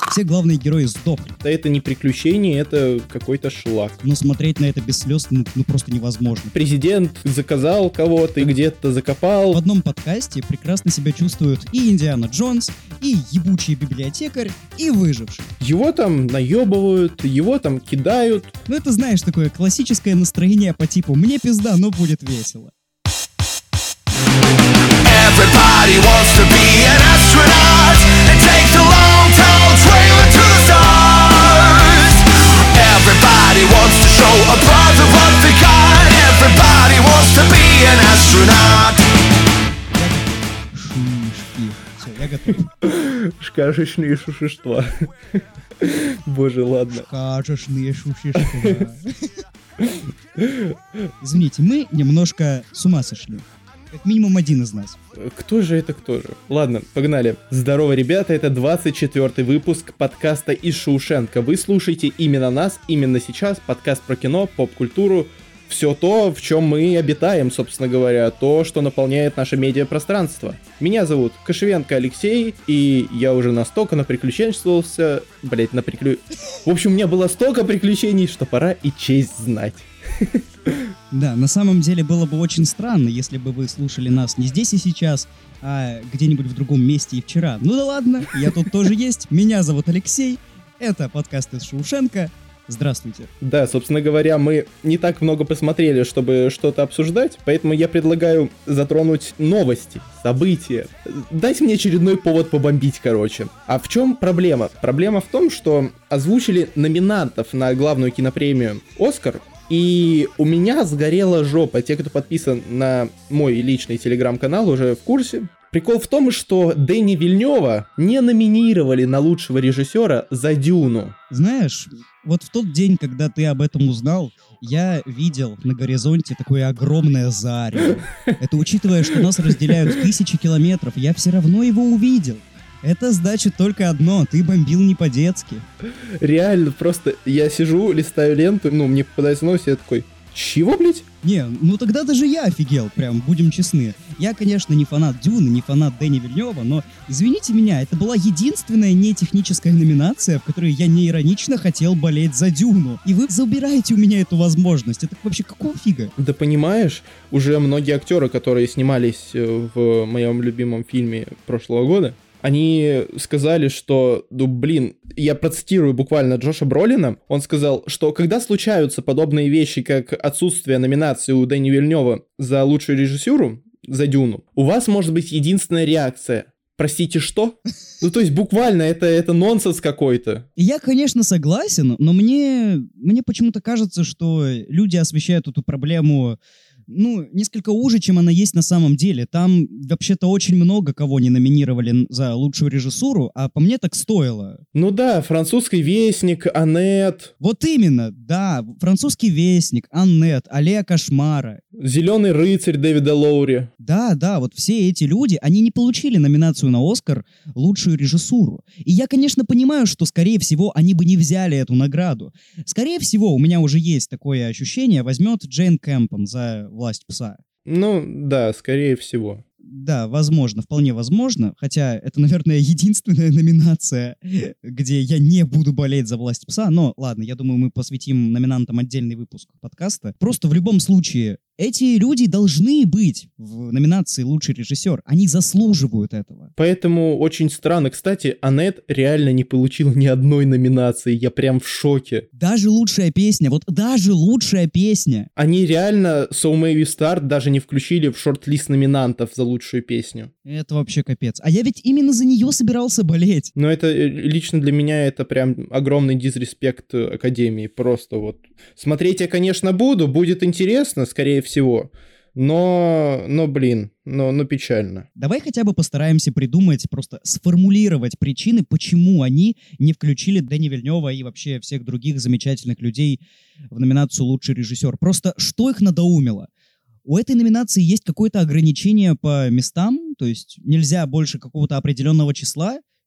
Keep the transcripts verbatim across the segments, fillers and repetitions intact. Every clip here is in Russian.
Все главные герои сдохли. Да это не приключение, это какой-то шлак. Но смотреть на это без слез ну, ну просто невозможно. Президент заказал кого-то и где-то закопал. В одном подкасте прекрасно себя чувствуют и Индиана Джонс, и ебучий библиотекарь, и выживший. Его там наебывают, его там кидают. Ну это, знаешь, такое классическое настроение по типу «мне пизда, но будет весело». Everybody wants to be an astronaut and take the long, tall trail into the stars. Everybody wants to show a part of what they got. Everybody wants to be an astronaut. Шишки. Все, я готов. Шкашечные шушества. Боже, ладно. Шкашечные шушества. Извините, мы немножко с ума сошли. Как минимум один из нас. Кто же это кто же? Ладно, погнали. Здорово, ребята, это двадцать четвёртый выпуск подкаста из Шоушенка. Вы слушаете именно нас, именно сейчас. Подкаст про кино, поп-культуру. Все то, в чем мы обитаем, собственно говоря. То, что наполняет наше медиапространство. Меня зовут Кошевенко Алексей, и я уже настолько наприключенчествовался... Блять, наприклю... В общем, у меня было столько приключений, что пора и честь знать. Да, на самом деле было бы очень странно, если бы вы слушали нас не здесь и сейчас, а где-нибудь в другом месте и вчера. Ну да ладно, я тут тоже есть. Меня зовут Алексей, это подкаст из Шоушенка. Здравствуйте. Да, собственно говоря, мы не так много посмотрели, чтобы что-то обсуждать, поэтому я предлагаю затронуть новости, события. Дать мне очередной повод побомбить, короче. А в чем проблема? Проблема в том, что озвучили номинантов на главную кинопремию «Оскар», и у меня сгорела жопа. Те, кто подписан на мой личный телеграм-канал, уже в курсе. Прикол в том, что Дэни Вильнёва не номинировали на лучшего режиссера за «Дюну». Знаешь, вот в тот день, когда ты об этом узнал, я видел на горизонте такое огромное зарево. Это учитывая, что нас разделяют тысячи километров, я все равно его увидел. Это значит только одно, ты бомбил не по-детски. Реально, просто я сижу, листаю ленту, ну, мне попадается новость, я такой, чего, блять? Не, ну тогда даже я офигел, прям, будем честны. Я, конечно, не фанат Дюны, не фанат Дэни Вильнёва, но, извините меня, это была единственная нетехническая номинация, в которой я не иронично хотел болеть за Дюну. И вы забираете у меня эту возможность. Это вообще какого фига? Да понимаешь, уже многие актеры, которые снимались в моем любимом фильме прошлого года, они сказали, что, ну, блин, я процитирую буквально Джоша Бролина, он сказал, что когда случаются подобные вещи, как отсутствие номинации у Дэни Вильнёва за лучшую режиссуру, за Дюну, у вас может быть единственная реакция. Простите, что? Ну, то есть, буквально, это, это нонсенс какой-то. Я, конечно, согласен, но мне, мне почему-то кажется, что люди освещают эту проблему... ну, несколько уже, чем она есть на самом деле. Там вообще-то очень много кого не номинировали за лучшую режиссуру, а по мне так стоило. Ну да, «Французский вестник», «Аннет». Вот именно, да, «Французский вестник», «Аннет», «Аллея кошмара». «Зеленый рыцарь» Дэвида Лоури. Да, да, вот все эти люди, они не получили номинацию на «Оскар» лучшую режиссуру. И я, конечно, понимаю, что, скорее всего, они бы не взяли эту награду. Скорее всего, у меня уже есть такое ощущение, возьмет Джейн Кэмпбелл за «Власть пса». Ну, да, скорее всего. Да, возможно, вполне возможно, хотя это, наверное, единственная номинация, где я не буду болеть за «Власть пса», но ладно, я думаю, мы посвятим номинантам отдельный выпуск подкаста. Просто в любом случае, эти люди должны быть в номинации «Лучший режиссер», они заслуживают этого. Поэтому очень странно. Кстати, Аннет реально не получила ни одной номинации, я прям в шоке. Даже лучшая песня, вот даже лучшая песня. Они реально So May We Start даже не включили в шорт-лист номинантов за лучшую песню. Это вообще капец. А я ведь именно за нее собирался болеть. Но это лично для меня это прям огромный дизреспект Академии. Просто вот. Смотреть я, конечно, буду, будет интересно, скорее всего. Но, но блин, но, но печально. Давай хотя бы постараемся придумать, просто сформулировать причины, почему они не включили Дэни Вильнёва и вообще всех других замечательных людей в номинацию «Лучший режиссер». Просто что их надоумило? У этой номинации есть какое-то ограничение по местам, то есть нельзя больше какого-то определенного числа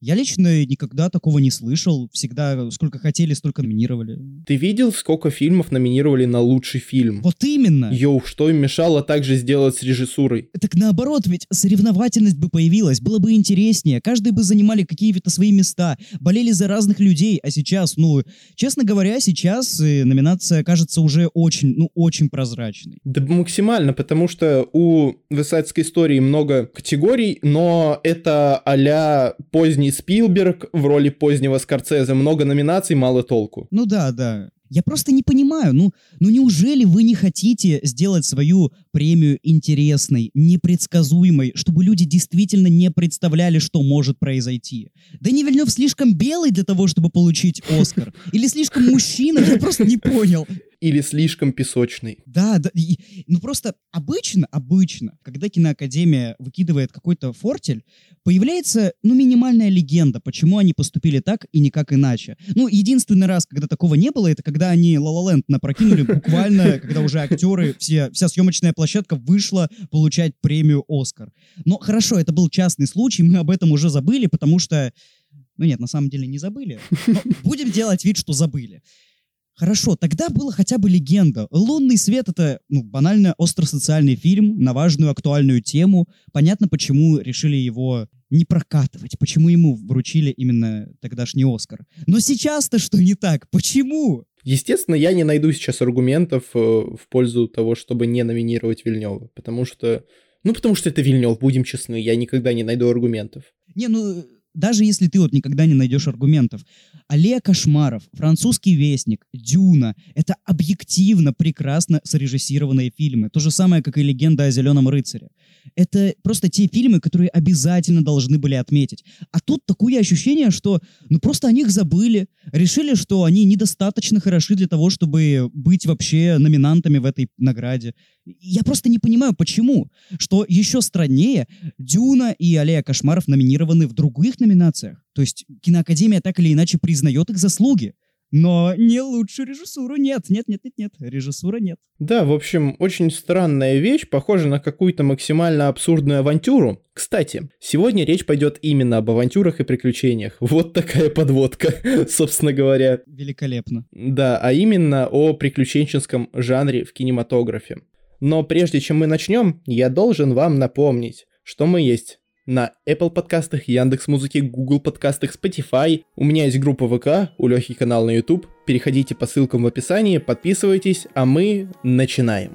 Я лично никогда такого не слышал. Всегда сколько хотели, столько номинировали. Ты видел, сколько фильмов номинировали на лучший фильм? Вот именно! Йоу, что им мешало также сделать с режиссурой? Так наоборот, ведь соревновательность бы появилась, было бы интереснее, каждый бы занимали какие-то свои места, болели за разных людей, а сейчас, ну, честно говоря, сейчас э, номинация кажется уже очень, ну, очень прозрачной. Да максимально, потому что у «Высоцкой истории» много категорий, но это а-ля поздний Спилберг в роли позднего Скорсезе, много номинаций, мало толку. Ну да, да. Я просто не понимаю, ну, ну неужели вы не хотите сделать свою премию интересной, непредсказуемой, чтобы люди действительно не представляли, что может произойти? Дени Вильнёв слишком белый для того, чтобы получить Оскар? Или слишком мужчина? Я просто не понял. Или слишком песочный. Да, да, и, ну просто обычно, обычно, когда киноакадемия выкидывает какой-то фортель, появляется, ну, минимальная легенда, почему они поступили так и никак иначе. Ну, единственный раз, когда такого не было, это когда они «Ла Ла Ленд» напрокинули буквально, когда уже актеры, все, вся съемочная площадка вышла получать премию «Оскар». Но хорошо, это был частный случай, мы об этом уже забыли, потому что... Ну нет, на самом деле не забыли, но будем делать вид, что забыли. Хорошо, тогда была хотя бы легенда. «Лунный свет» — это, ну, банально остросоциальный фильм на важную актуальную тему. Понятно, почему решили его не прокатывать, почему ему вручили именно тогдашний «Оскар». Но сейчас-то что не так? Почему? Естественно, я не найду сейчас аргументов э, в пользу того, чтобы не номинировать Вильнёва, потому что... Ну, потому что это Вильнёв, будем честны, я никогда не найду аргументов. Не, ну... Даже если ты вот никогда не найдешь аргументов. «Аллея кошмаров», «Французский вестник», «Дюна» — это объективно прекрасно срежиссированные фильмы. То же самое, как и «Легенда о Зеленом рыцаре». Это просто те фильмы, которые обязательно должны были отметить. А тут такое ощущение, что ну просто о них забыли. Решили, что они недостаточно хороши для того, чтобы быть вообще номинантами в этой награде. Я просто не понимаю, почему. Что еще страннее, «Дюна» и «Аллея кошмаров» номинированы в других номинациях. То есть киноакадемия так или иначе признает их заслуги. Но не лучшую режиссуру нет. Нет, нет, нет, нет. Режиссура нет. Да, в общем, очень странная вещь, похожа на какую-то максимально абсурдную авантюру. Кстати, сегодня речь пойдет именно об авантюрах и приключениях. Вот такая подводка, собственно говоря. Великолепно. Да, а именно о приключенческом жанре в кинематографе. Но прежде чем мы начнем, я должен вам напомнить, что мы есть на Apple подкастах, Яндекс.Музыке, Google подкастах, Spotify. У меня есть группа ВК, у Лёхи канал на YouTube. Переходите по ссылкам в описании, подписывайтесь, а мы начинаем.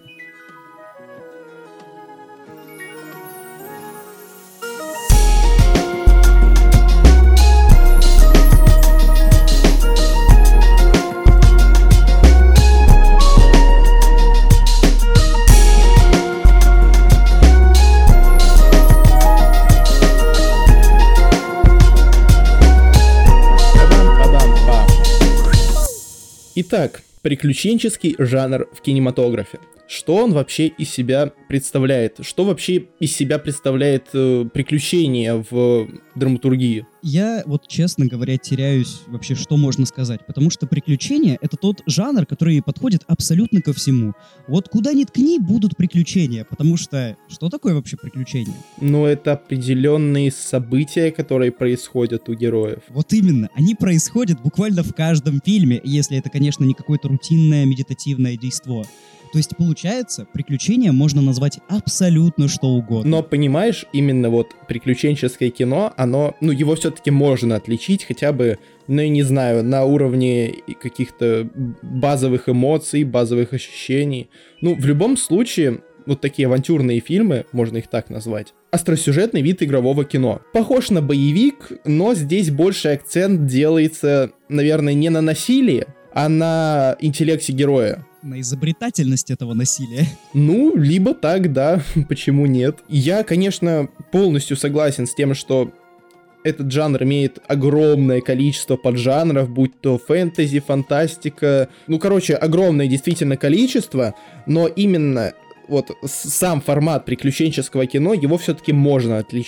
Итак, приключенческий жанр в кинематографе. Что он вообще из себя представляет? Что вообще из себя представляет э, приключение в драматургии? Я вот, честно говоря, теряюсь вообще, что можно сказать. Потому что приключения — это тот жанр, который подходит абсолютно ко всему. Вот куда ни ткни, будут приключения. Потому что что такое вообще приключения? Ну, это определенные события, которые происходят у героев. Вот именно. Они происходят буквально в каждом фильме, если это, конечно, не какое-то рутинное медитативное действо. То есть, получается, приключения можно назвать абсолютно что угодно. Но, понимаешь, именно вот приключенческое кино, оно, ну, его все-таки можно отличить хотя бы, ну, я не знаю, на уровне каких-то базовых эмоций, базовых ощущений. Ну, в любом случае, вот такие авантюрные фильмы, можно их так назвать, остросюжетный вид игрового кино. Похож на боевик, но здесь больше акцент делается, наверное, не на насилии, а на интеллекте героя. На изобретательность этого насилия. Ну, либо так, да, почему нет. Я, конечно, полностью согласен с тем, что этот жанр имеет огромное количество поджанров, будь то фэнтези, фантастика, ну, короче, огромное действительно количество, но именно вот сам формат приключенческого кино, его все-таки можно отличить.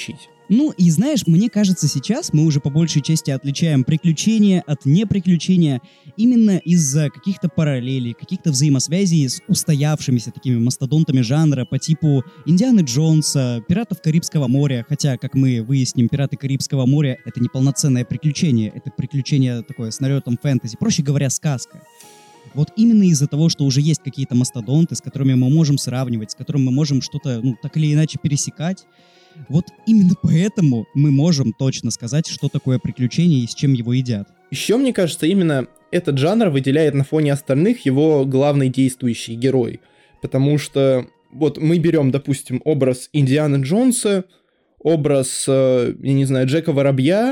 Ну и знаешь, мне кажется, сейчас мы уже по большей части отличаем приключения от неприключения именно из-за каких-то параллелей, каких-то взаимосвязей с устоявшимися такими мастодонтами жанра по типу Индианы Джонса, Пиратов Карибского моря, хотя, как мы выясним, Пираты Карибского моря — это не полноценное приключение, это приключение такое с налетом фэнтези, проще говоря, сказка. Вот именно из-за того, что уже есть какие-то мастодонты, с которыми мы можем сравнивать, с которыми мы можем что-то, ну, так или иначе пересекать, вот именно поэтому мы можем точно сказать, что такое приключение и с чем его едят. Еще, мне кажется, именно этот жанр выделяет на фоне остальных его главный действующий герой. Потому что вот мы берем, допустим, образ Индианы Джонса, образ, я не знаю, Джека Воробья,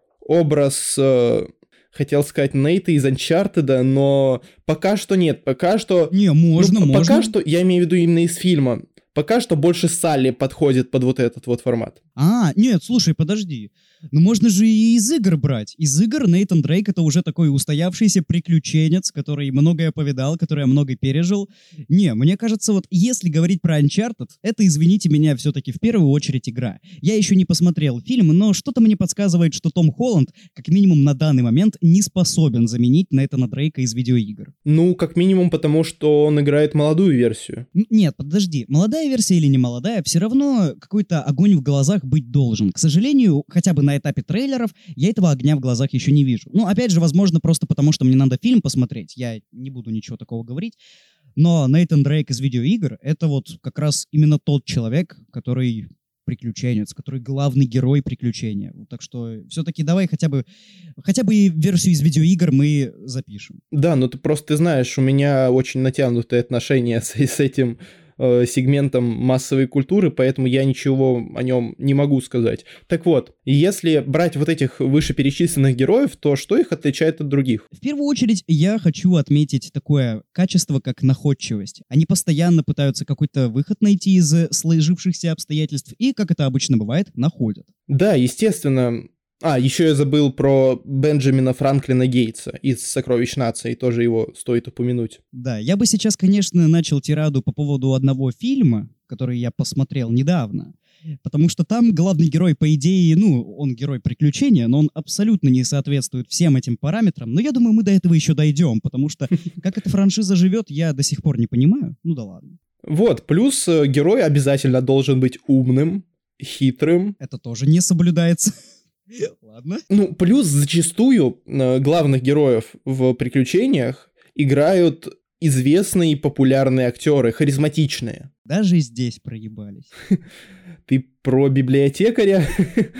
образ... Хотел сказать Нейта из Uncharted, но пока что нет, пока что... Не, можно, ну, можно. Пока что, я имею в виду именно из фильма, пока что больше Салли подходит под вот этот вот формат. А, нет, слушай, подожди. Ну можно же и из игр брать. Из игр Нейтан Дрейк — это уже такой устоявшийся приключенец, который многое повидал, который много пережил. Не, мне кажется, вот если говорить про Uncharted, это, извините меня, все-таки в первую очередь игра. Я еще не посмотрел фильм, но что-то мне подсказывает, что Том Холланд, как минимум на данный момент, не способен заменить Нейтана Дрейка из видеоигр. Ну, как минимум потому, что он играет молодую версию. Н- Нет, подожди, молодая версия или не молодая, все равно какой-то огонь в глазах быть должен. К сожалению, хотя бы на этапе трейлеров я этого огня в глазах еще не вижу. Ну, опять же, возможно, просто потому, что мне надо фильм посмотреть, я не буду ничего такого говорить, но Нейтан Дрейк из видеоигр — это вот как раз именно тот человек, который приключенец, который главный герой приключения. Вот, так что все-таки давай хотя бы, хотя бы версию из видеоигр мы запишем. Да, ну ты просто ты знаешь, у меня очень натянутые отношения с, с этим э, сегментом массовой культуры, поэтому я ничего о нем не могу сказать. Так вот, если брать вот этих вышеперечисленных героев, то что их отличает от других? В первую очередь я хочу отметить такое качество, как находчивость. Они постоянно пытаются какой-то выход найти из сложившихся обстоятельств и, как это обычно бывает, находят. Да, естественно. А, еще я забыл про Бенджамина Франклина Гейтса из «Сокровищ нации», тоже его стоит упомянуть. Да, я бы сейчас, конечно, начал тираду по поводу одного фильма, который я посмотрел недавно, потому что там главный герой, по идее, ну, он герой приключения, но он абсолютно не соответствует всем этим параметрам, но я думаю, мы до этого еще дойдем, потому что как эта франшиза живет, я до сих пор не понимаю, ну да ладно. Вот, плюс э, герой обязательно должен быть умным, хитрым. Это тоже не соблюдается. Ладно. Ну, плюс зачастую э, главных героев в приключениях играют известные и популярные актеры, харизматичные. Даже здесь проебались. Ты про библиотекаря?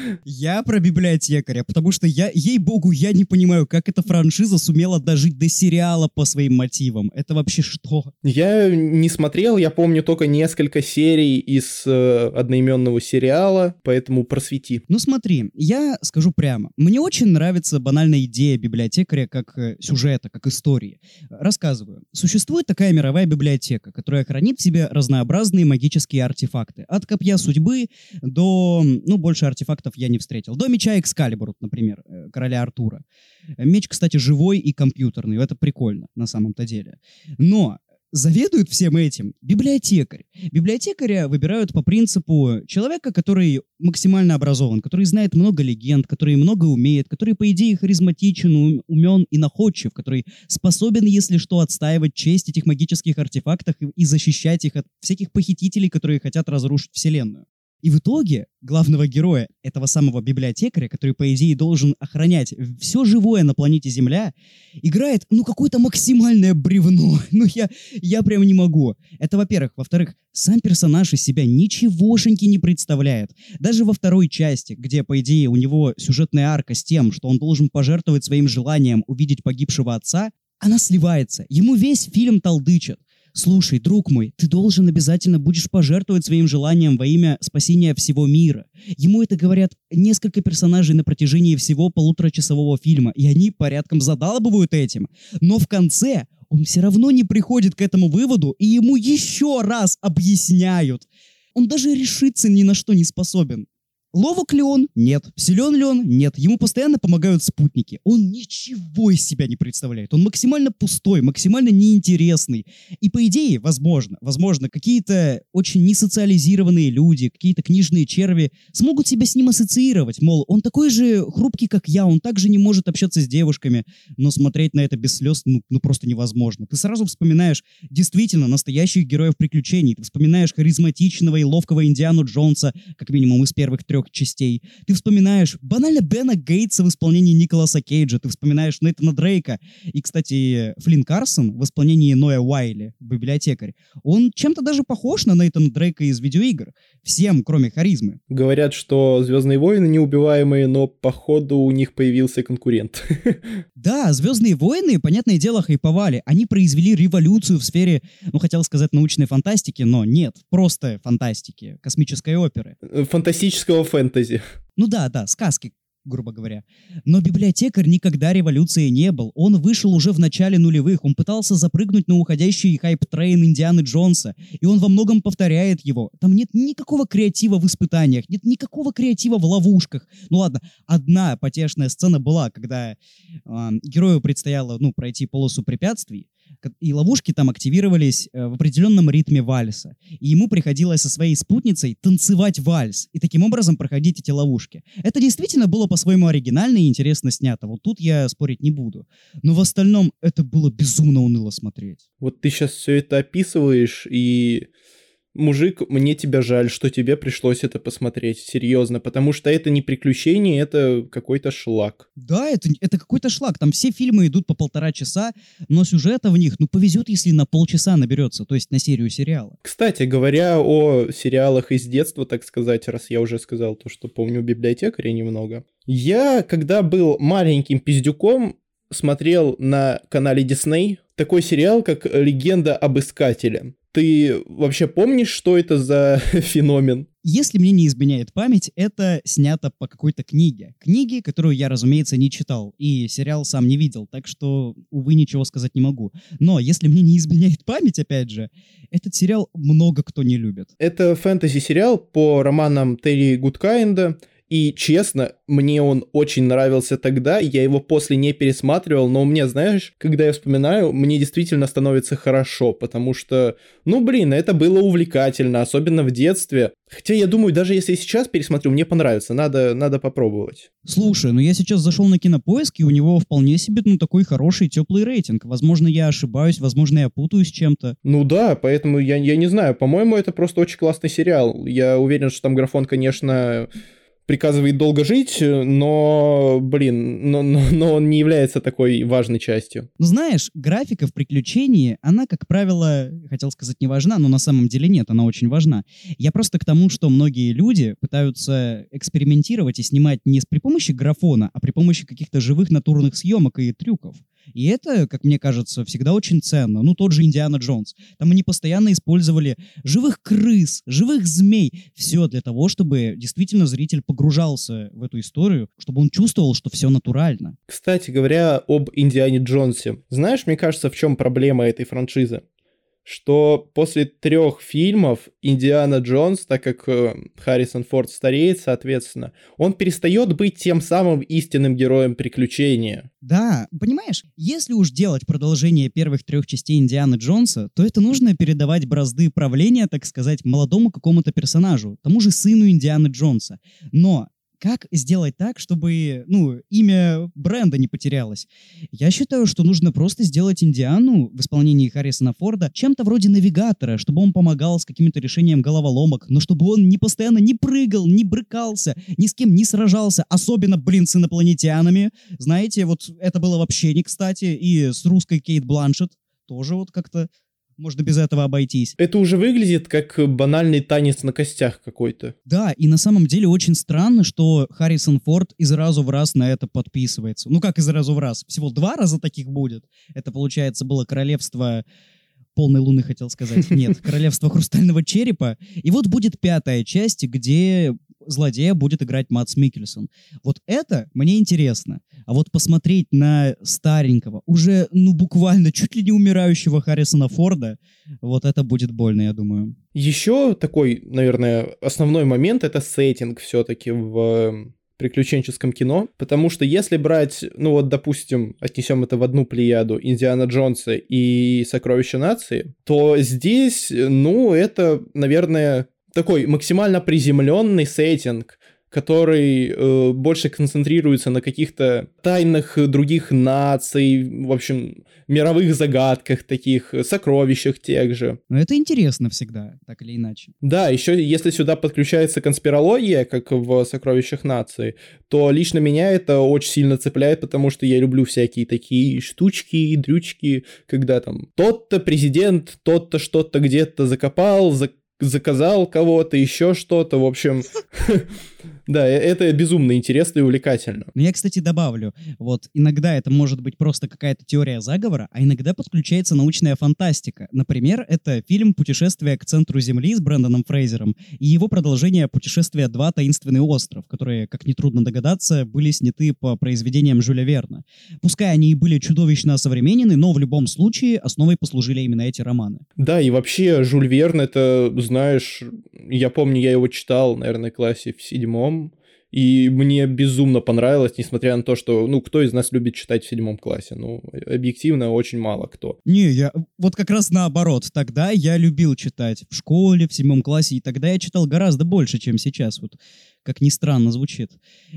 Я про библиотекаря, потому что я, ей-богу, я не понимаю, как эта франшиза сумела дожить до сериала по своим мотивам. Это вообще что? Я не смотрел, я помню только несколько серий из э, одноименного сериала, поэтому просвети. Ну смотри, я скажу прямо. Мне очень нравится банальная идея библиотекаря как э, сюжета, как истории. Рассказываю. Существует такая мировая библиотека, которая хранит в себе разнообразные магические артефакты. От копья судьбы до... Ну, больше артефактов я не встретил. До меча Экскалибур, например, э, короля Артура. Меч, кстати, живой и компьютерный. Это прикольно, на самом-то деле. Но заведует всем этим библиотекарь. Библиотекаря выбирают по принципу человека, который максимально образован, который знает много легенд, который много умеет, который, по идее, харизматичен, умен и находчив, который способен, если что, отстаивать честь этих магических артефактов и, и защищать их от всяких похитителей, которые хотят разрушить вселенную. И в итоге главного героя, этого самого библиотекаря, который, по идее, должен охранять все живое на планете Земля, играет, ну, какое-то максимальное бревно. Ну, я, я прям не могу. Это, во-первых. Во-вторых, сам персонаж из себя ничегошеньки не представляет. Даже во второй части, где, по идее, у него сюжетная арка с тем, что он должен пожертвовать своим желанием увидеть погибшего отца, она сливается. Ему весь фильм толдычат. Слушай, друг мой, ты должен обязательно будешь пожертвовать своим желанием во имя спасения всего мира. Ему это говорят несколько персонажей на протяжении всего полуторачасового фильма, и они порядком задалбывают этим. Но в конце он все равно не приходит к этому выводу, и ему еще раз объясняют. Он даже решиться ни на что не способен. Ловок ли он? Нет. Силен ли он? Нет. Ему постоянно помогают спутники. Он ничего из себя не представляет. Он максимально пустой, максимально неинтересный. И по идее, возможно, возможно, какие-то очень несоциализированные люди, какие-то книжные черви смогут себя с ним ассоциировать. Мол, он такой же хрупкий, как я, он также не может общаться с девушками. Но смотреть на это без слез, ну, ну просто невозможно. Ты сразу вспоминаешь действительно настоящих героев приключений. Ты вспоминаешь харизматичного и ловкого Индиану Джонса, как минимум из первых трех частей. Ты вспоминаешь банально Бена Гейтса в исполнении Николаса Кейджа. Ты вспоминаешь Нейтана Дрейка. И, кстати, Флинн Карсон в исполнении Ноя Уайли, библиотекарь, он чем-то даже похож на Нейтана Дрейка из видеоигр. Всем, кроме харизмы. Говорят, что «Звездные войны» неубиваемые, но, походу, у них появился конкурент. Да, «Звездные войны», понятное дело, хайповали. Они произвели революцию в сфере, ну, хотел сказать, научной фантастики, но нет, просто фантастики, космической оперы. Фантастического фэнтези. Ну да, да, сказки, грубо говоря. Но библиотекарь никогда революцией не был. Он вышел уже в начале нулевых. Он пытался запрыгнуть на уходящий хайп-трейн Индианы Джонса. И он во многом повторяет его. Там нет никакого креатива в испытаниях, нет никакого креатива в ловушках. Ну ладно, одна потешная сцена была, когда э, герою предстояло, ну, пройти полосу препятствий, и ловушки там активировались в определенном ритме вальса. И ему приходилось со своей спутницей танцевать вальс и таким образом проходить эти ловушки. Это действительно было по-своему оригинально и интересно снято. Вот тут я спорить не буду. Но в остальном это было безумно уныло смотреть. Вот ты сейчас все это описываешь, и... Мужик, мне тебя жаль, что тебе пришлось это посмотреть, серьезно, потому что это не приключение, это какой-то шлак. Да, это, это какой-то шлак, там все фильмы идут по полтора часа, но сюжета в них, ну, повезет, если на полчаса наберется, то есть на серию сериала. Кстати, говоря о сериалах из детства, так сказать, раз я уже сказал то, что помню «Библиотекаря» немного, я, когда был маленьким пиздюком, смотрел на канале Disney такой сериал, как «Легенда об Искателе». Ты вообще помнишь, что это за феномен? Если мне не изменяет память, это снято по какой-то книге. Книги, которую я, разумеется, не читал, и сериал сам не видел, так что, увы, ничего сказать не могу. Но если мне не изменяет память, опять же, этот сериал много кто не любит. Это фэнтези-сериал по романам Терри Гудкайнда. И, честно, мне он очень нравился тогда, я его после не пересматривал, но мне, знаешь, когда я вспоминаю, мне действительно становится хорошо, потому что, ну, блин, это было увлекательно, особенно в детстве. Хотя, я думаю, даже если я сейчас пересмотрю, мне понравится, надо, надо попробовать. Слушай, ну я сейчас зашел на Кинопоиск, и у него вполне себе, ну, такой хороший, теплый рейтинг. Возможно, я ошибаюсь, возможно, я путаюсь с чем-то. Ну да, поэтому я, я не знаю, по-моему, это просто очень классный сериал. Я уверен, что там графон, конечно... приказывает долго жить, но, блин, но, но, но он не является такой важной частью. Ну, знаешь, графика в приключении, она, как правило, хотел сказать, не важна, но на самом деле нет, она очень важна. Я просто к тому, что многие люди пытаются экспериментировать и снимать не при помощи графона, а при помощи каких-то живых натурных съемок и трюков. И это, как мне кажется, всегда очень ценно. Ну, тот же Индиана Джонс. Там они постоянно использовали живых крыс, живых змей. Все для того, чтобы действительно зритель погружался в эту историю, чтобы он чувствовал, что все натурально. Кстати говоря, об Индиане Джонсе. Знаешь, мне кажется, в чем проблема этой франшизы? Что после трех фильмов Индиана Джонс, так как э, Харрисон Форд стареет, соответственно, он перестает быть тем самым истинным героем приключения. Да, понимаешь, если уж делать продолжение первых трех частей Индианы Джонса, то это нужно передавать бразды правления, так сказать, молодому какому-то персонажу, тому же сыну Индианы Джонса. Но как сделать так, чтобы, ну, имя бренда не потерялось? Я считаю, что нужно просто сделать Индиану в исполнении Харрисона Форда чем-то вроде навигатора, чтобы он помогал с каким-то решением головоломок, но чтобы он не постоянно не прыгал, не брыкался, ни с кем не сражался, особенно, блин, с инопланетянами. Знаете, вот это было вообще не кстати, и с русской Кейт Бланшетт тоже вот как-то можно без этого обойтись. Это уже выглядит как банальный танец на костях какой-то. Да, и на самом деле очень странно, что Харрисон Форд из разу в раз на это подписывается. Ну как из разу в раз? Всего два раза таких будет. Это, получается, было королевство полной луны, хотел сказать. Нет, королевство хрустального черепа. И вот будет пятая часть, где злодея будет играть Мадс Миккельсон. Вот это мне интересно. А вот посмотреть на старенького, уже, ну, буквально чуть ли не умирающего Харрисона Форда, вот это будет больно, я думаю. Еще такой, наверное, основной момент — это сеттинг все-таки в приключенческом кино, потому что если брать, ну вот, допустим, отнесем это в одну плеяду, Индиана Джонса и Сокровища нации, то здесь, ну, это, наверное, такой максимально приземленный сеттинг, который э, больше концентрируется на каких-то тайнах других наций, в общем, мировых загадках таких, сокровищах тех же. Но это интересно всегда, так или иначе. Да, еще если сюда подключается конспирология, как в «Сокровищах нации», то лично меня это очень сильно цепляет, потому что я люблю всякие такие штучки, дрючки, когда там тот-то президент, тот-то что-то где-то закопал, зак- заказал кого-то, еще что-то, в общем... Да, это безумно интересно и увлекательно. Но я, кстати, добавлю, вот иногда это может быть просто какая-то теория заговора, а иногда подключается научная фантастика. Например, это фильм «Путешествие к центру Земли» с Брэндоном Фрейзером и его продолжение «Путешествие два. Таинственный остров», которые, как нетрудно догадаться, были сняты по произведениям Жюля Верна. Пускай они и были чудовищно осовременены, но в любом случае основой послужили именно эти романы. Да, и вообще Жюль Верн, это, знаешь, я помню, я его читал, наверное, в классе в седьмом, и мне безумно понравилось, несмотря на то, что, ну, кто из нас любит читать в седьмом классе? Ну, объективно, очень мало кто. Не, я вот как раз наоборот. Тогда я любил читать в школе, в седьмом классе, и тогда я читал гораздо больше, чем сейчас, вот как ни странно звучит.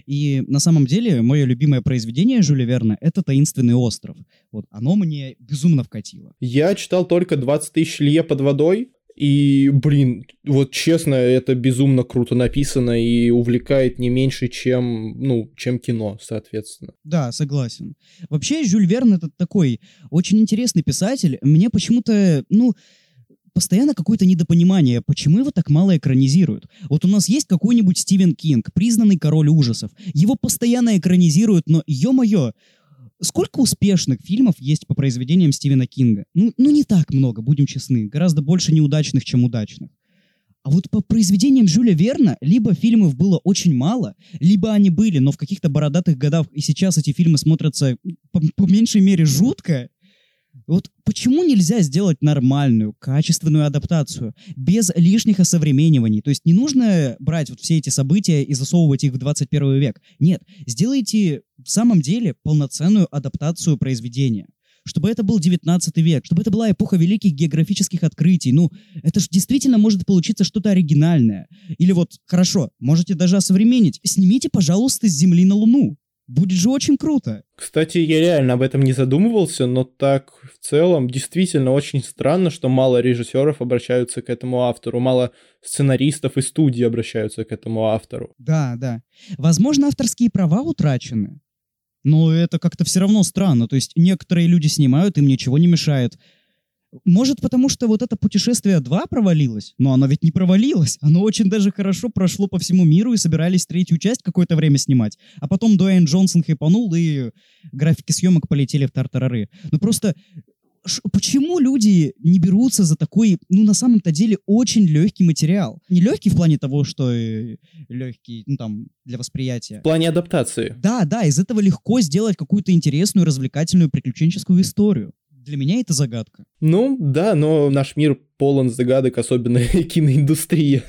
И на самом деле мое любимое произведение Жюля Верна — это «Таинственный остров». Вот оно мне безумно вкатило. Я читал только двадцать тысяч лье под водой, и, блин, вот честно, это безумно круто написано и увлекает не меньше, чем, ну, чем кино, соответственно. Да, согласен. Вообще, Жюль Верн — это такой очень интересный писатель. Мне почему-то, ну, постоянно какое-то недопонимание, почему его так мало экранизируют. Вот у нас есть какой-нибудь Стивен Кинг, признанный король ужасов. Его постоянно экранизируют, но, ё-моё, сколько успешных фильмов есть по произведениям Стивена Кинга? Ну, ну, не так много, будем честны. Гораздо больше неудачных, чем удачных. А вот по произведениям Жюля Верна либо фильмов было очень мало, либо они были, но в каких-то бородатых годах, и сейчас эти фильмы смотрятся по, по меньшей мере жутко. Вот почему нельзя сделать нормальную, качественную адаптацию, без лишних осовремениваний? То есть не нужно брать вот все эти события и засовывать их в двадцать первый век. Нет, сделайте в самом деле полноценную адаптацию произведения. Чтобы это был девятнадцатый век, чтобы это была эпоха великих географических открытий. Ну, это же действительно может получиться что-то оригинальное. Или вот, хорошо, можете даже осовременить. Снимите, пожалуйста, с Земли на Луну. Будет же очень круто. Кстати, я реально об этом не задумывался, но так в целом действительно очень странно, что мало режиссеров обращаются к этому автору, мало сценаристов и студий обращаются к этому автору. Да, да. Возможно, авторские права утрачены, но это как-то все равно странно. То есть некоторые люди снимают, им ничего не мешает. Может, потому что вот это «Путешествие два» провалилось? Но оно ведь не провалилось. Оно очень даже хорошо прошло по всему миру, и собирались третью часть какое-то время снимать. А потом Дуэйн Джонсон хайпанул, и графики съемок полетели в тартарары. Ну просто... Ш- почему люди не берутся за такой, ну, на самом-то деле, очень легкий материал? Не легкий в плане того, что э, легкий, ну, там, для восприятия. В плане адаптации. Да, да, из этого легко сделать какую-то интересную, развлекательную, приключенческую историю. Для меня это загадка. Ну, да, но наш мир полон загадок, особенно киноиндустрии.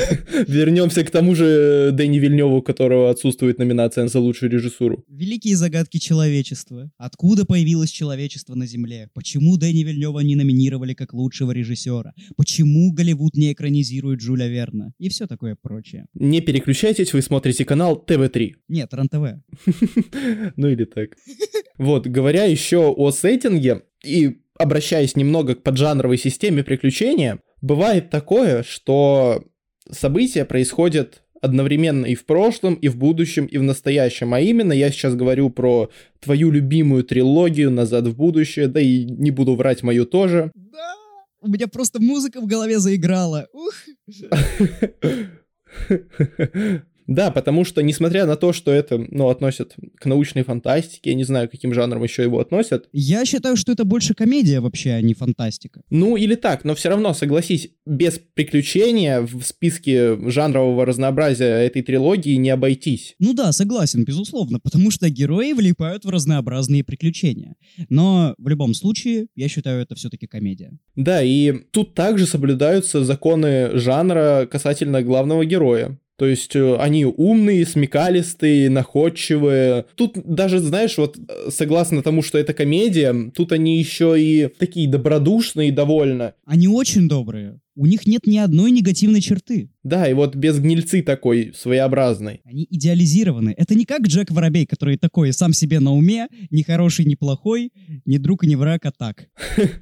Вернемся к тому же Дэни Вильнёву, у которого отсутствует номинация за лучшую режиссуру. Великие загадки человечества. Откуда появилось человечество на Земле? Почему Дэни Вильнёва не номинировали как лучшего режиссера? Почему Голливуд не экранизирует Жюля Верна? И все такое прочее. Не переключайтесь, вы смотрите канал тэ вэ три. Нет, РЕН-ТВ. Ну или так. Вот, говоря еще о сеттинге и обращаясь немного к поджанровой системе приключения, бывает такое, что события происходят одновременно и в прошлом, и в будущем, и в настоящем. А именно, я сейчас говорю про твою любимую трилогию «Назад в будущее», да и не буду врать, мою тоже. Да, у меня просто музыка в голове заиграла. Ух. Да, потому что, несмотря на то, что это, ну, относят к научной фантастике, я не знаю, каким жанром еще его относят. Я считаю, что это больше комедия вообще, а не фантастика. Ну, или так, но все равно, согласись, без приключения в списке жанрового разнообразия этой трилогии не обойтись. Ну да, согласен, безусловно, потому что герои влипают в разнообразные приключения. Но в любом случае, я считаю, это все-таки комедия. Да, и тут также соблюдаются законы жанра касательно главного героя. То есть они умные, смекалистые, находчивые. Тут даже, знаешь, вот согласно тому, что это комедия, тут они еще и такие добродушные довольно. Они очень добрые. У них нет ни одной негативной черты. Да, и вот без гнильцы такой своеобразной. Они идеализированы. Это не как Джек Воробей, который такой сам себе на уме, ни хороший, ни плохой, ни друг, ни враг, а так.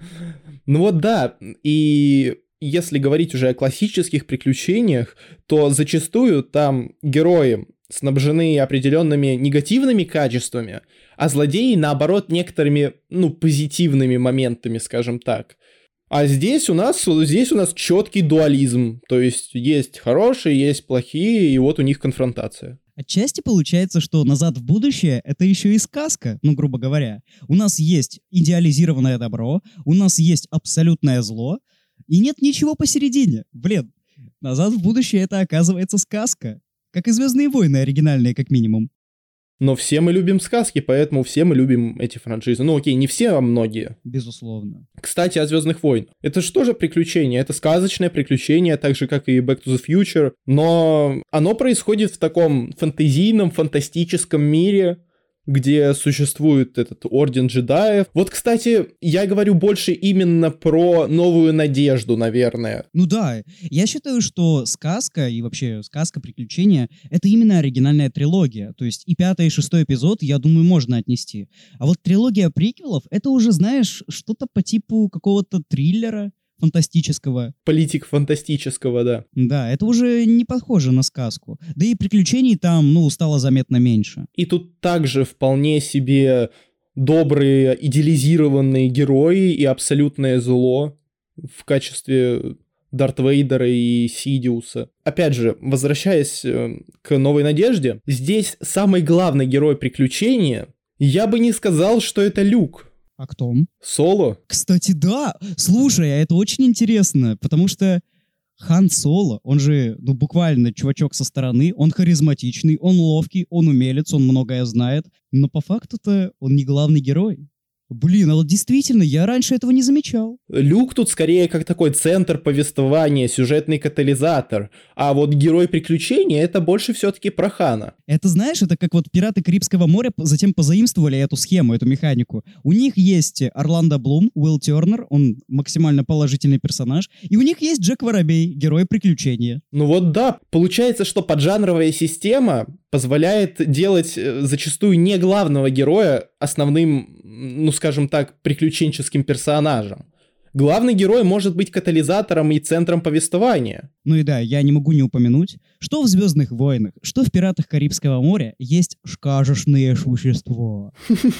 Ну вот да, и... Если говорить уже о классических приключениях, то зачастую там герои снабжены определенными негативными качествами, а злодеи, наоборот, некоторыми, ну, позитивными моментами, скажем так. А здесь у нас, здесь у нас четкий дуализм, то есть есть хорошие, есть плохие, и вот у них конфронтация. Отчасти получается, что «Назад в будущее» — это еще и сказка, ну, грубо говоря. У нас есть идеализированное добро, у нас есть абсолютное зло, и нет ничего посередине. Блин, «Назад в будущее» — это, оказывается, сказка. Как и «Звездные войны» оригинальные, как минимум. Но все мы любим сказки, поэтому все мы любим эти франшизы. Ну окей, не все, а многие. Безусловно. Кстати, о «Звездных войнах». Это же тоже приключение, это сказочное приключение, так же, как и «Back to the Future», но оно происходит в таком фэнтезийном, фантастическом мире, где существует этот Орден джедаев. Вот, кстати, я говорю больше именно про «Новую надежду», наверное. Ну да, я считаю, что сказка и вообще сказка-приключения — это именно оригинальная трилогия. То есть и пятый, и шестой эпизод, я думаю, можно отнести. А вот трилогия приквелов — это уже, знаешь, что-то по типу какого-то триллера фантастического. Политик фантастического, да. Да, это уже не похоже на сказку. Да и приключений там, ну, стало заметно меньше. И тут также вполне себе добрые, идеализированные герои и абсолютное зло в качестве Дарт Вейдера и Сидиуса. Опять же, возвращаясь к «Новой надежде», здесь самый главный герой приключения, я бы не сказал, что это Люк. А кто? Соло? Кстати, да. Слушай, а это очень интересно, потому что Хан Соло, он же, ну, буквально чувачок со стороны, он харизматичный, он ловкий, он умелец, он многое знает, но по факту-то он не главный герой. Блин, а вот действительно, я раньше этого не замечал. Люк тут скорее как такой центр повествования, сюжетный катализатор, а вот герой приключения — это больше все-таки про Хана. Это, знаешь, это как вот «Пираты Карибского моря» затем позаимствовали эту схему, эту механику. У них есть Орландо Блум, Уилл Тернер, он максимально положительный персонаж, и у них есть Джек Воробей, герой приключения. Ну вот да, получается, что поджанровая система позволяет делать зачастую не главного героя основным, ну скажем так, приключенческим персонажем. Главный герой может быть катализатором и центром повествования. Ну и да, я не могу не упомянуть, что в «Звездных войнах», что в «Пиратах Карибского моря» есть сказочные существа.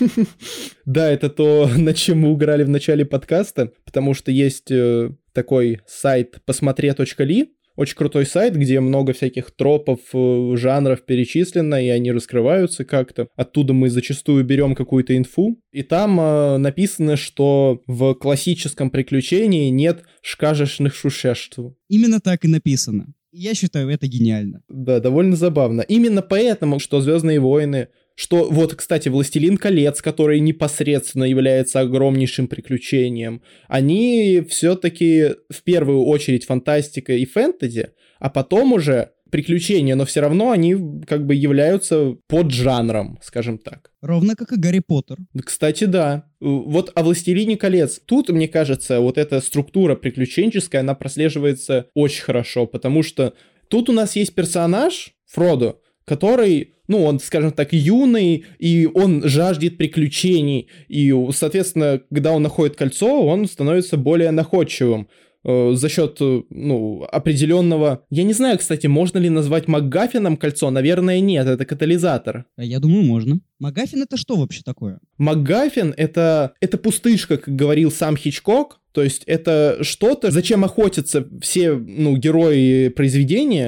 Да, это то, над чем мы угорали в начале подкаста, потому что есть такой сайт посмотре точка ли, очень крутой сайт, где много всяких тропов, жанров перечислено, и они раскрываются как-то. Оттуда мы зачастую берем какую-то инфу, и там э, написано, что в классическом приключении нет сказочных существ. Именно так и написано. Я считаю, это гениально. Да, довольно забавно. Именно поэтому, что «Звездные войны», что вот, кстати, «Властелин колец», который непосредственно является огромнейшим приключением, они все-таки в первую очередь фантастика и фэнтези, а потом уже приключения, но все равно они как бы являются поджанром, скажем так. Ровно как и Гарри Поттер. Кстати, да. Вот о «Властелине колец». Тут, мне кажется, вот эта структура приключенческая, она прослеживается очень хорошо, потому что тут у нас есть персонаж, Фродо, который, ну, он, скажем так, юный, и он жаждет приключений, и, соответственно, когда он находит кольцо, он становится более находчивым э, за счет, ну, определенного... Я не знаю, кстати, можно ли назвать МакГаффином кольцо? Наверное, нет, это катализатор. Я думаю, можно. МакГаффин — это что вообще такое? МакГаффин — это, это пустышка, как говорил сам Хичкок, то есть это что-то, зачем охотятся все, ну, герои произведения,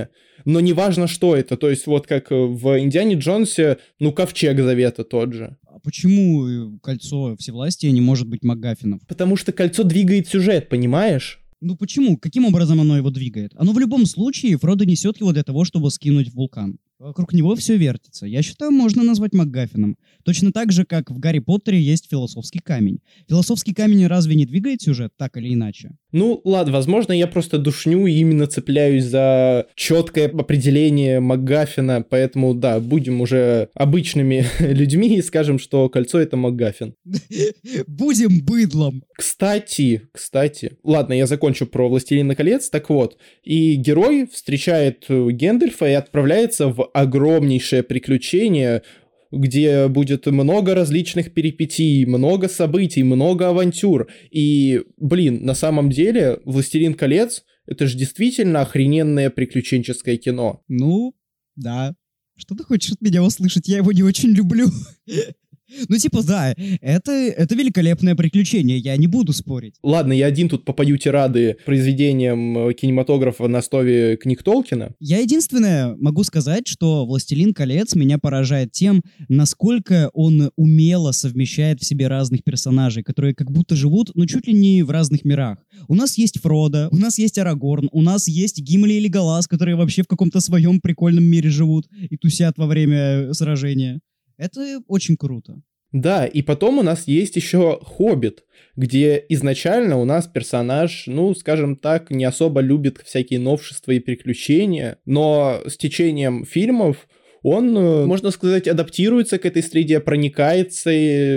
но неважно, что это. То есть вот как в «Индиане Джонсе», ну, Ковчег Завета тот же. А почему кольцо всевластия не может быть МакГаффином? Потому что кольцо двигает сюжет, понимаешь? Ну почему? Каким образом оно его двигает? Оно в любом случае, Фродо несет его для того, чтобы скинуть в вулкан. Вокруг него все вертится. Я считаю, можно назвать МакГаффином. Точно так же, как в «Гарри Поттере» есть философский камень. Философский камень разве не двигает сюжет так или иначе? Ну, ладно, возможно, я просто душню и именно цепляюсь за четкое определение МакГаффина, поэтому, да, будем уже обычными людьми и скажем, что кольцо — это МакГаффин. Будем быдлом. Кстати, кстати, ладно, я закончу про «Властелина колец», так вот, и герой встречает Гэндальфа и отправляется в огромнейшее приключение, где будет много различных перипетий, много событий, много авантюр. И, блин, на самом деле, «Властелин колец» — это же действительно охрененное приключенческое кино. Ну, да. Что ты хочешь от меня услышать? Я его не очень люблю. Ну, типа, да, это, это великолепное приключение, я не буду спорить. Ладно, я один тут попою тирады произведением кинематографа на основе книг Толкина. Я единственное могу сказать, что «Властелин колец» меня поражает тем, насколько он умело совмещает в себе разных персонажей, которые как будто живут, ну, чуть ли не в разных мирах. У нас есть Фродо, у нас есть Арагорн, у нас есть Гимли и Леголас, которые вообще в каком-то своем прикольном мире живут и тусят во время сражения. Это очень круто. Да, и потом у нас есть еще «Хоббит», где изначально у нас персонаж, ну, скажем так, не особо любит всякие новшества и приключения, но с течением фильмов он, можно сказать, адаптируется к этой среде, проникается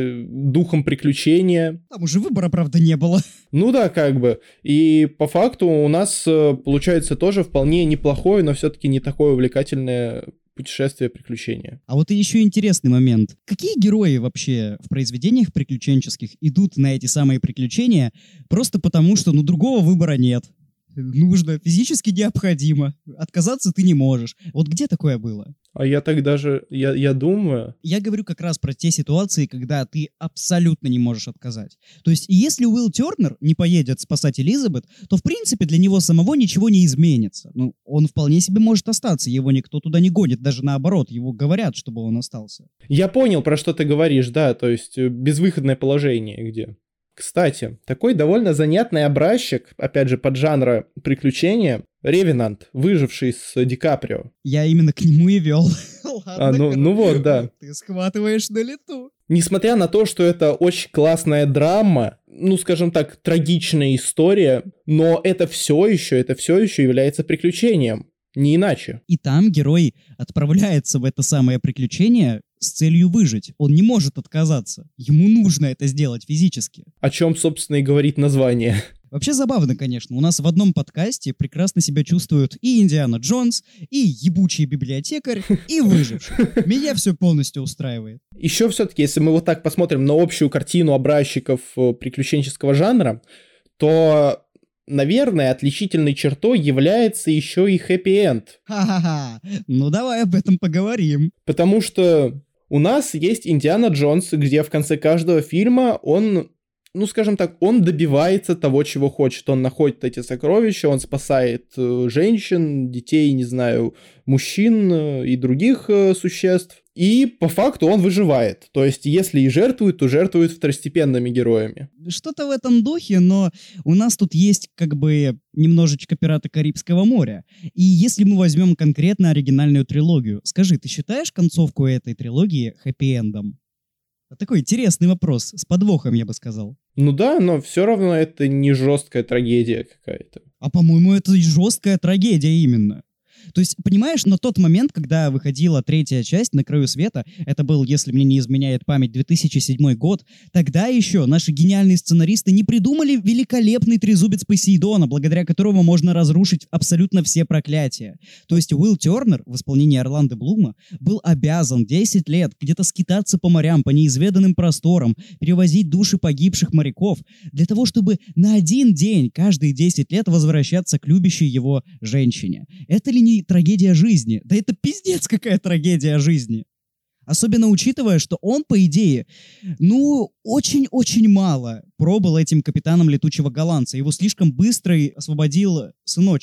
духом приключения. Там уже выбора, правда, не было. Ну да, как бы. И по факту у нас получается тоже вполне неплохое, но все-таки не такое увлекательное путешествие, приключения. А вот и еще интересный момент. Какие герои вообще в произведениях приключенческих идут на эти самые приключения просто потому, что ну другого выбора нет? Нужно, физически необходимо. Отказаться ты не можешь. Вот где такое было? А я так даже, я, я думаю... Я говорю как раз про те ситуации, когда ты абсолютно не можешь отказать. То есть, если Уилл Тернер не поедет спасать Элизабет, то, в принципе, для него самого ничего не изменится. Ну, он вполне себе может остаться, его никто туда не гонит, даже наоборот, его говорят, чтобы он остался. Я понял, про что ты говоришь, да, то есть безвыходное положение где... Кстати, такой довольно занятный образчик, опять же, под жанра приключения, «Ревенант», выживший с Ди Каприо. Я именно к нему и вел. А, ну, ну вот, да. Ты схватываешь на лету. Несмотря на то, что это очень классная драма, ну, скажем так, трагичная история, но это все еще, это все еще является приключением. Не иначе. И там герой отправляется в это самое приключение с целью выжить. Он не может отказаться. Ему нужно это сделать физически. О чем, собственно, и говорит название. Вообще забавно, конечно. У нас в одном подкасте прекрасно себя чувствуют и Индиана Джонс, и ебучий библиотекарь, и выживший. Меня все полностью устраивает. Еще все-таки, если мы вот так посмотрим на общую картину образчиков приключенческого жанра, то... Наверное, отличительной чертой является еще и хэппи-энд. Ха-ха-ха, ну давай об этом поговорим. Потому что у нас есть Индиана Джонс, где в конце каждого фильма он, ну скажем так, он добивается того, чего хочет. Он находит эти сокровища, он спасает женщин, детей, не знаю, мужчин и других существ. И по факту он выживает. То есть, если и жертвует, то жертвует второстепенными героями. Что-то в этом духе, но у нас тут есть как бы немножечко «Пираты Карибского моря». И если мы возьмем конкретно оригинальную трилогию, скажи, ты считаешь концовку этой трилогии хэппи-эндом? Такой интересный вопрос, с подвохом, я бы сказал. Ну да, но все равно это не жесткая трагедия какая-то. А по-моему, это жесткая трагедия именно. То есть, понимаешь, на тот момент, когда выходила третья часть «На краю света», это был, если мне не изменяет память, две тысячи седьмой год, тогда еще наши гениальные сценаристы не придумали великолепный трезубец Посейдона, благодаря которому можно разрушить абсолютно все проклятия. То есть Уилл Тернер в исполнении Орландо Блума был обязан десять лет где-то скитаться по морям, по неизведанным просторам, перевозить души погибших моряков, для того, чтобы на один день каждые десять лет возвращаться к любящей его женщине. Это ли не трагедия жизни? Да это пиздец какая трагедия жизни. Особенно учитывая, что он, по идее, ну, очень-очень мало пробыл этим капитаном летучего голландца. Его слишком быстро освободил сыночек.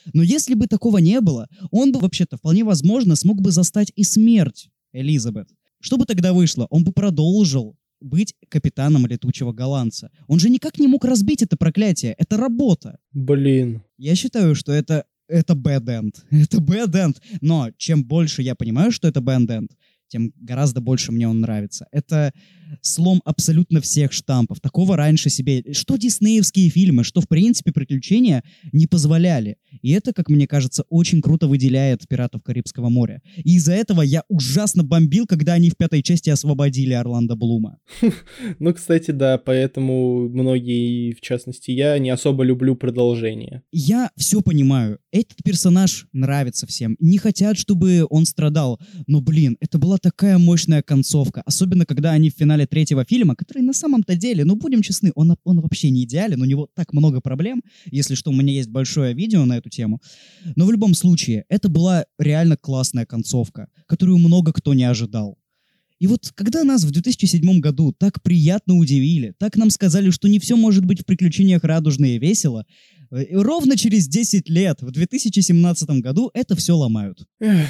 Но если бы такого не было, он бы вообще-то вполне возможно смог бы застать и смерть Элизабет. Что бы тогда вышло? Он бы продолжил быть капитаном летучего голландца. Он же никак не мог разбить это проклятие. Это работа. Блин. Я считаю, что это, это bad end. Это bad end. Но чем больше я понимаю, что это bad end, тем гораздо больше мне он нравится. Это слом абсолютно всех штампов. Такого раньше себе... Что диснеевские фильмы, что, в принципе, приключения не позволяли. И это, как мне кажется, очень круто выделяет «Пиратов Карибского моря». И из-за этого я ужасно бомбил, когда они в пятой части освободили Орландо Блума. Ну, кстати, да, поэтому многие, в частности я, не особо люблю продолжение. Я все понимаю. Этот персонаж нравится всем. Не хотят, чтобы он страдал. Но, блин, это была такая мощная концовка. Особенно, когда они в финале третьего фильма, который на самом-то деле, ну, будем честны, он, он вообще не идеален, у него так много проблем. Если что, у меня есть большое видео на эту тему. Но в любом случае, это была реально классная концовка, которую много кто не ожидал. И вот когда нас в две тысячи седьмом году так приятно удивили, так нам сказали, что не все может быть в приключениях радужно и весело, и ровно через десять лет, в две тысячи семнадцатом году, это все ломают. Эх,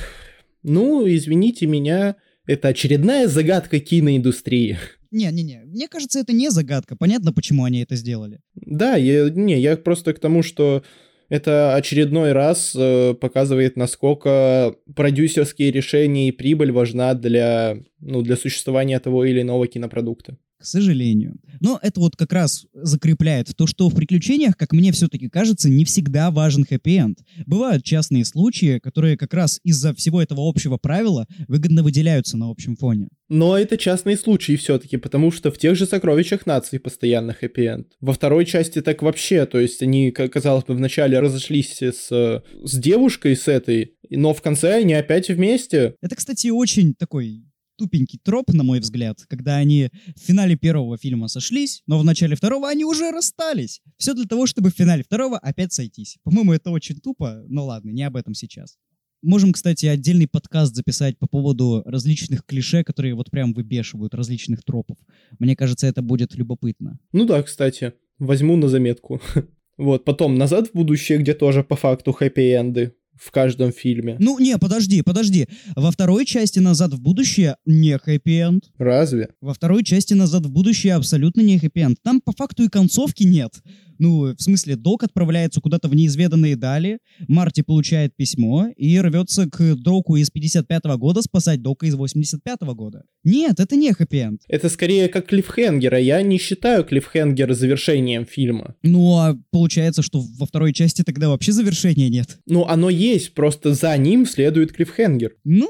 ну, извините меня, это очередная загадка киноиндустрии. Не-не-не, мне кажется, это не загадка. Понятно, почему они это сделали. Да, я, не, я просто к тому, что это очередной раз э, показывает, насколько продюсерские решения и прибыль важна для, ну, для существования того или иного кинопродукта. К сожалению. Но это вот как раз закрепляет то, что в приключениях, как мне все-таки кажется, не всегда важен хэппи-энд. Бывают частные случаи, которые как раз из-за всего этого общего правила выгодно выделяются на общем фоне. Но это частные случаи все-таки, потому что в тех же «Сокровищах нации» постоянно хэппи-энд. Во второй части так вообще, то есть они, казалось бы, вначале разошлись с, с девушкой, с этой, но в конце они опять вместе. Это, кстати, очень такой... тупенький троп, на мой взгляд, когда они в финале первого фильма сошлись, но в начале второго они уже расстались. Все для того, чтобы в финале второго опять сойтись. По-моему, это очень тупо, но ладно, не об этом сейчас. Можем, кстати, отдельный подкаст записать по поводу различных клише, которые вот прям выбешивают, различных тропов. Мне кажется, это будет любопытно. Ну да, кстати, возьму на заметку. Вот, потом «Назад в будущее», где тоже по факту хэппи-энды. В каждом фильме. Ну, не, подожди, подожди. Во второй части «Назад в будущее» не хэппи-энд. Разве? Во второй части «Назад в будущее» абсолютно не хэппи-энд. Там по факту и концовки нет. Ну, в смысле, Док отправляется куда-то в неизведанные дали, Марти получает письмо и рвется к Доку из пятьдесят пятого года спасать Дока из восемьдесят пятого года. Нет, это не хэппи-энд. Это скорее как клиффхенгер, а я не считаю клиффхенгер завершением фильма. Ну, а получается, что во второй части тогда вообще завершения нет. Ну, оно есть, просто за ним следует клиффхенгер. Ну...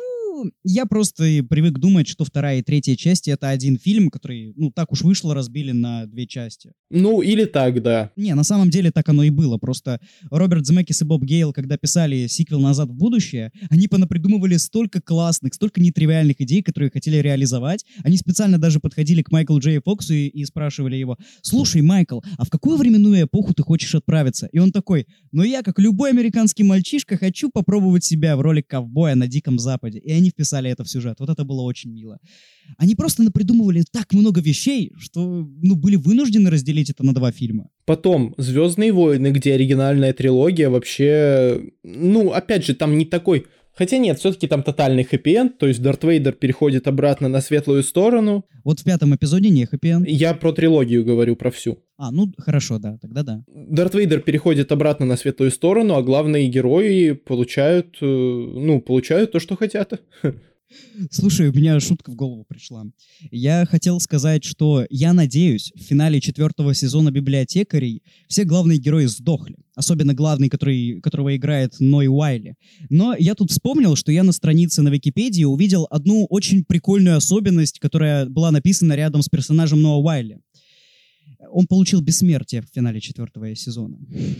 Я просто привык думать, что вторая и третья части — это один фильм, который, ну, так уж вышло, разбили на две части. Ну, или так, да. Не, на самом деле так оно и было. Просто Роберт Земекис и Боб Гейл, когда писали сиквел «Назад в будущее», они понапридумывали столько классных, столько нетривиальных идей, которые хотели реализовать. Они специально даже подходили к Майклу Джей Фоксу и, и спрашивали его: «Слушай, Майкл, а в какую временную эпоху ты хочешь отправиться?» И он такой: «Ну я, как любой американский мальчишка, хочу попробовать себя в роли ковбоя на Диком Западе». И они вписали это в сюжет. Вот это было очень мило. Они просто напридумывали так много вещей, что, ну, были вынуждены разделить это на два фильма. Потом «Звездные войны», где оригинальная трилогия вообще... Ну, опять же, там не такой... Хотя нет, все-таки там тотальный хэппи-энд, то есть Дарт Вейдер переходит обратно на светлую сторону. Вот в пятом эпизоде не хэппи-энд. Я про трилогию говорю, про всю. А, ну хорошо, да, тогда да. Дарт Вейдер переходит обратно на светлую сторону, а главные герои получают, ну, получают то, что хотят. Слушай, у меня шутка в голову пришла. Я хотел сказать, что я надеюсь, в финале четвертого сезона «Библиотекарей» все главные герои сдохли. Особенно главный, который, которого играет Ной Уайли. Но я тут вспомнил, что я на странице на Википедии увидел одну очень прикольную особенность, которая была написана рядом с персонажем Ноа Уайли. Он получил бессмертие в финале четвертого сезона.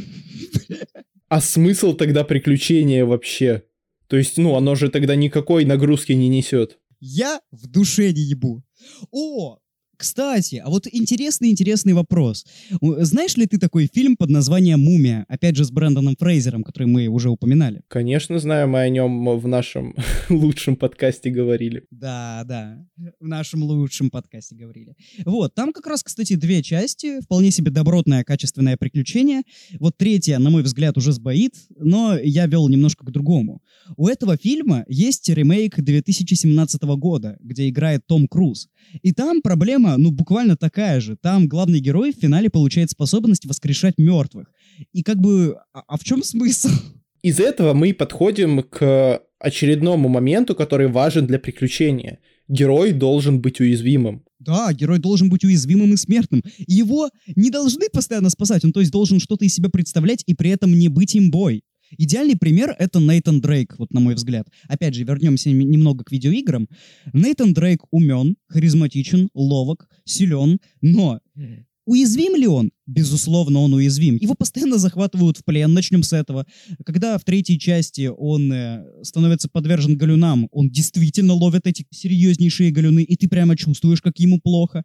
А смысл тогда приключения вообще? То есть, ну, оно же тогда никакой нагрузки не несет. Я в душе не ебу. О, Кстати, а вот интересный-интересный вопрос. У- Знаешь ли ты такой фильм под названием «Мумия»? Опять же, с Брэндоном Фрейзером, который мы уже упоминали. Конечно, знаю, мы о нем в нашем лучшем подкасте говорили. Да, да, в нашем лучшем подкасте говорили. Вот, там как раз, кстати, две части, вполне себе добротное, качественное приключение. Вот третья, на мой взгляд, уже сбоит, но я вел немножко к другому. У этого фильма есть ремейк две тысячи семнадцатого года, где играет Том Круз. И там проблема, ну, буквально такая же. Там главный герой в финале получает способность воскрешать мертвых. И как бы, а, а в чем смысл? Из этого мы подходим к очередному моменту, который важен для приключения. Герой должен быть уязвимым. Да, герой должен быть уязвимым и смертным. И его не должны постоянно спасать, он, то есть, должен что-то из себя представлять и при этом не быть имбой. Идеальный пример — это Нейтан Дрейк, вот на мой взгляд. Опять же, вернемся м- немного к видеоиграм. Нейтан Дрейк умен, харизматичен, ловок, силен, но уязвим ли он? Безусловно, он уязвим. Его постоянно захватывают в плен, начнем с этого. Когда в третьей части он э, становится подвержен галюнам, он действительно ловит эти серьезнейшие галюны, и ты прямо чувствуешь, как ему плохо.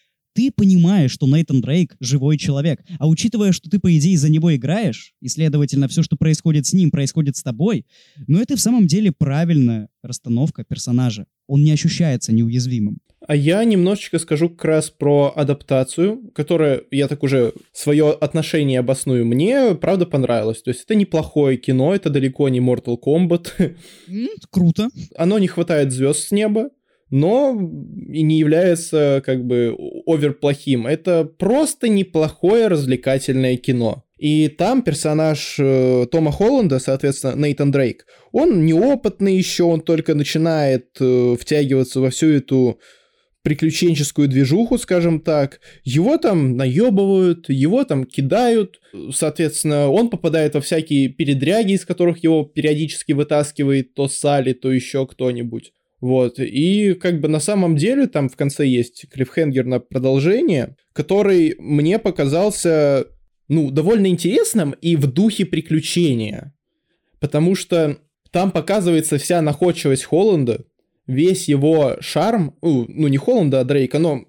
Ты понимаешь, что Нейтан Дрейк — живой человек. А учитывая, что ты, по идее, за него играешь, и, следовательно, все, что происходит с ним, происходит с тобой, но это в самом деле правильная расстановка персонажа. Он не ощущается неуязвимым. А я немножечко скажу как раз про адаптацию, которая, я так уже свое отношение обосную. Мне, правда, понравилось. То есть это неплохое кино, это далеко не Mortal Kombat. М, круто. Оно не хватает звезд с неба, но и не является как бы оверплохим. Это просто неплохое развлекательное кино. И там персонаж э, Тома Холланда, соответственно, Нейтан Дрейк, он неопытный еще, он только начинает э, втягиваться во всю эту приключенческую движуху, скажем так. Его там наебывают, его там кидают. Соответственно, он попадает во всякие передряги, из которых его периодически вытаскивает то Салли, то еще кто-нибудь. Вот, и как бы на самом деле там в конце есть клиффхенгер на продолжение, который мне показался, ну, довольно интересным и в духе приключения, потому что там показывается вся находчивость Холланда, весь его шарм, ну, не Холланда, а Дрейка, но...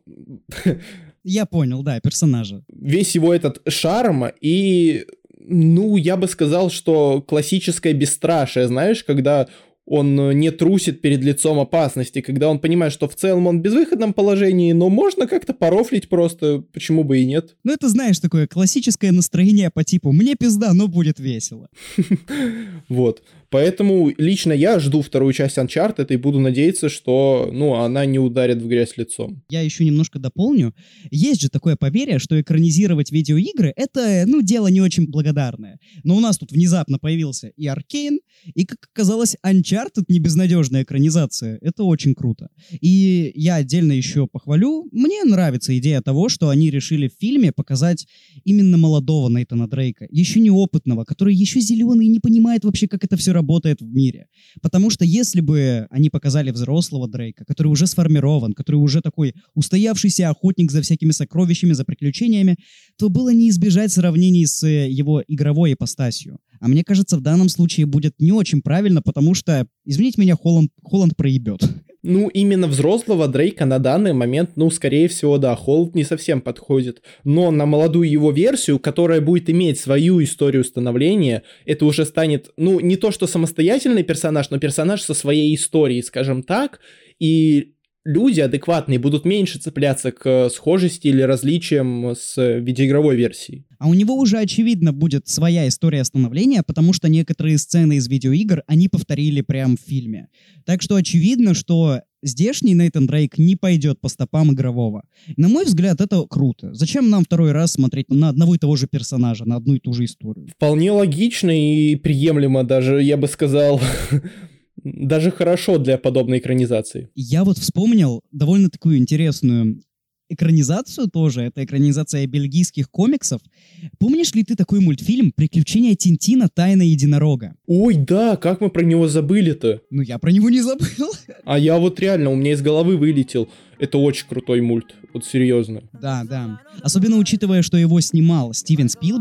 Я понял, да, персонажа. Весь его этот шарм и, ну, я бы сказал, что классическое бесстрашие, знаешь, когда... он не трусит перед лицом опасности, когда он понимает, что в целом он в безвыходном положении, но можно как-то порофлить просто, почему бы и нет. Ну, это, знаешь, такое классическое настроение по типу «мне пизда, но будет весело». Вот. Поэтому лично я жду вторую часть Uncharted и буду надеяться, что, ну, она не ударит в грязь лицом. Я еще немножко дополню. Есть же такое поверье, что экранизировать видеоигры — это, ну, дело не очень благодарное. Но у нас тут внезапно появился и Аркейн, и, как оказалось, Uncharted — не безнадежная экранизация. Это очень круто. И я отдельно еще похвалю. Мне нравится идея того, что они решили в фильме показать именно молодого Нейтана Дрейка, еще неопытного, который еще зеленый и не понимает вообще, как это все работает в мире. Потому что если бы они показали взрослого Дрейка, который уже сформирован, который уже такой устоявшийся охотник за всякими сокровищами, за приключениями, то было не избежать сравнений с его игровой ипостасью. А мне кажется, в данном случае будет не очень правильно, потому что, извините меня, Холланд, Холланд проебет. Ну, именно взрослого Дрейка на данный момент, ну, скорее всего, да, Холланд не совсем подходит. Но на молодую его версию, которая будет иметь свою историю становления, это уже станет, ну, не то что самостоятельный персонаж, но персонаж со своей историей, скажем так, и люди адекватные будут меньше цепляться к схожести или различиям с видеоигровой версией. А у него уже, очевидно, будет своя история становления, потому что некоторые сцены из видеоигр они повторили прямо в фильме. Так что очевидно, что здешний Нейтан Дрейк не пойдет по стопам игрового. На мой взгляд, это круто. Зачем нам второй раз смотреть на одного и того же персонажа, на одну и ту же историю? Вполне логично и приемлемо даже, я бы сказал... Даже хорошо для подобной экранизации. Я вот вспомнил довольно такую интересную экранизацию тоже. Это экранизация бельгийских комиксов. Помнишь ли ты такой мультфильм «Приключения Тинтина. Тайна единорога»? Ой, да, как мы про него забыли-то? Ну, я про него не забыл. А я вот реально, у меня из головы вылетел. Это очень крутой мульт, вот серьезно. Да, да. Особенно учитывая, что его снимал Стивен Спилберг.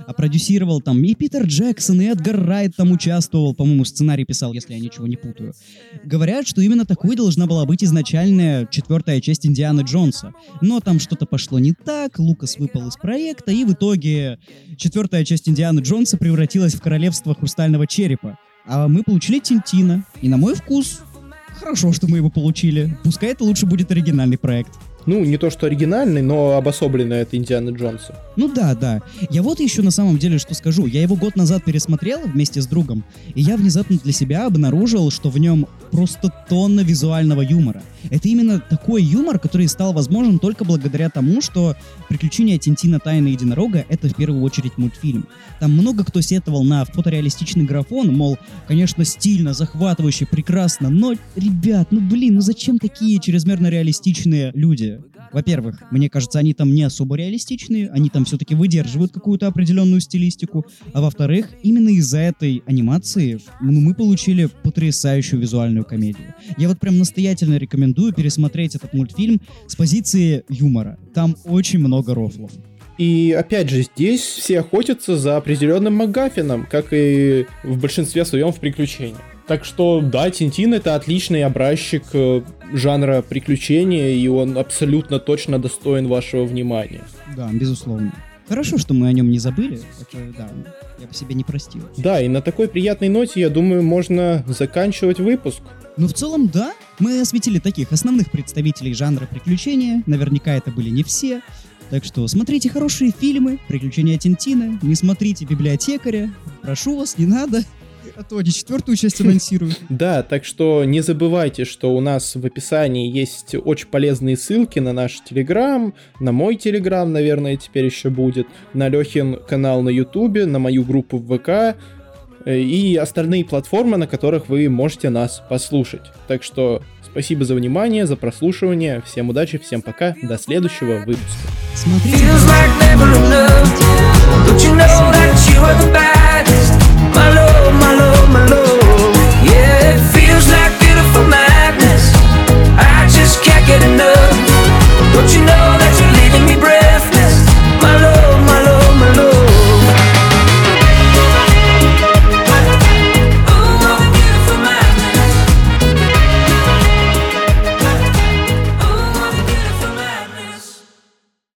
а продюсировал там и Питер Джексон, и Эдгар Райт там участвовал, по-моему, сценарий писал, если я ничего не путаю. Говорят, что именно такой должна была быть изначальная четвертая часть Индианы Джонса. Но там что-то пошло не так, Лукас выпал из проекта, и в итоге четвертая часть Индианы Джонса превратилась в королевство хрустального черепа. А мы получили Тинтина, и на мой вкус, хорошо, что мы его получили. Пускай это лучше будет оригинальный проект. Ну, не то что оригинальный, но обособленный от Индианы Джонса. Ну да, да. Я вот еще на самом деле что скажу. Я его год назад пересмотрел вместе с другом, и я внезапно для себя обнаружил, что в нем просто тонна визуального юмора. Это именно такой юмор, который стал возможен только благодаря тому, что «Приключения Тинтина. Тайна единорога» — это в первую очередь мультфильм. Там много кто сетовал на фотореалистичный графон, мол, конечно, стильно, захватывающе, прекрасно, но, ребят, ну блин, ну зачем такие чрезмерно реалистичные люди? Во-первых, мне кажется, они там не особо реалистичные, они там все-таки выдерживают какую-то определенную стилистику, а во-вторых, именно из-за этой анимации ну, мы получили потрясающую визуальную комедию. Я вот прям настоятельно рекомендую пересмотреть этот мультфильм с позиции юмора. Там очень много рофлов. И опять же, здесь все охотятся за определенным МакГаффином, как и в большинстве своем в приключениях. Так что, да, Тинтин — это отличный образчик э, жанра приключения, и он абсолютно точно достоин вашего внимания. Да, безусловно. Хорошо, что мы о нем не забыли. Это, да, я бы себе не простил. Да, и на такой приятной ноте, я думаю, можно заканчивать выпуск. Ну, в целом, да. Мы осветили таких основных представителей жанра приключения. Наверняка это были не все. Так что смотрите хорошие фильмы, «Приключения Тинтина», не смотрите «Библиотекаря». Прошу вас, не надо. А то они четвертую часть анонсируют. Да, так что не забывайте, что у нас в описании есть очень полезные ссылки на наш Телеграм, на мой Телеграм, наверное, теперь еще будет, на Лехин канал на Ютубе, на мою группу в ВК и остальные платформы, на которых вы можете нас послушать. Так что спасибо за внимание, за прослушивание. Всем удачи, всем пока, до следующего выпуска. Смотрите. My love, my love, my love.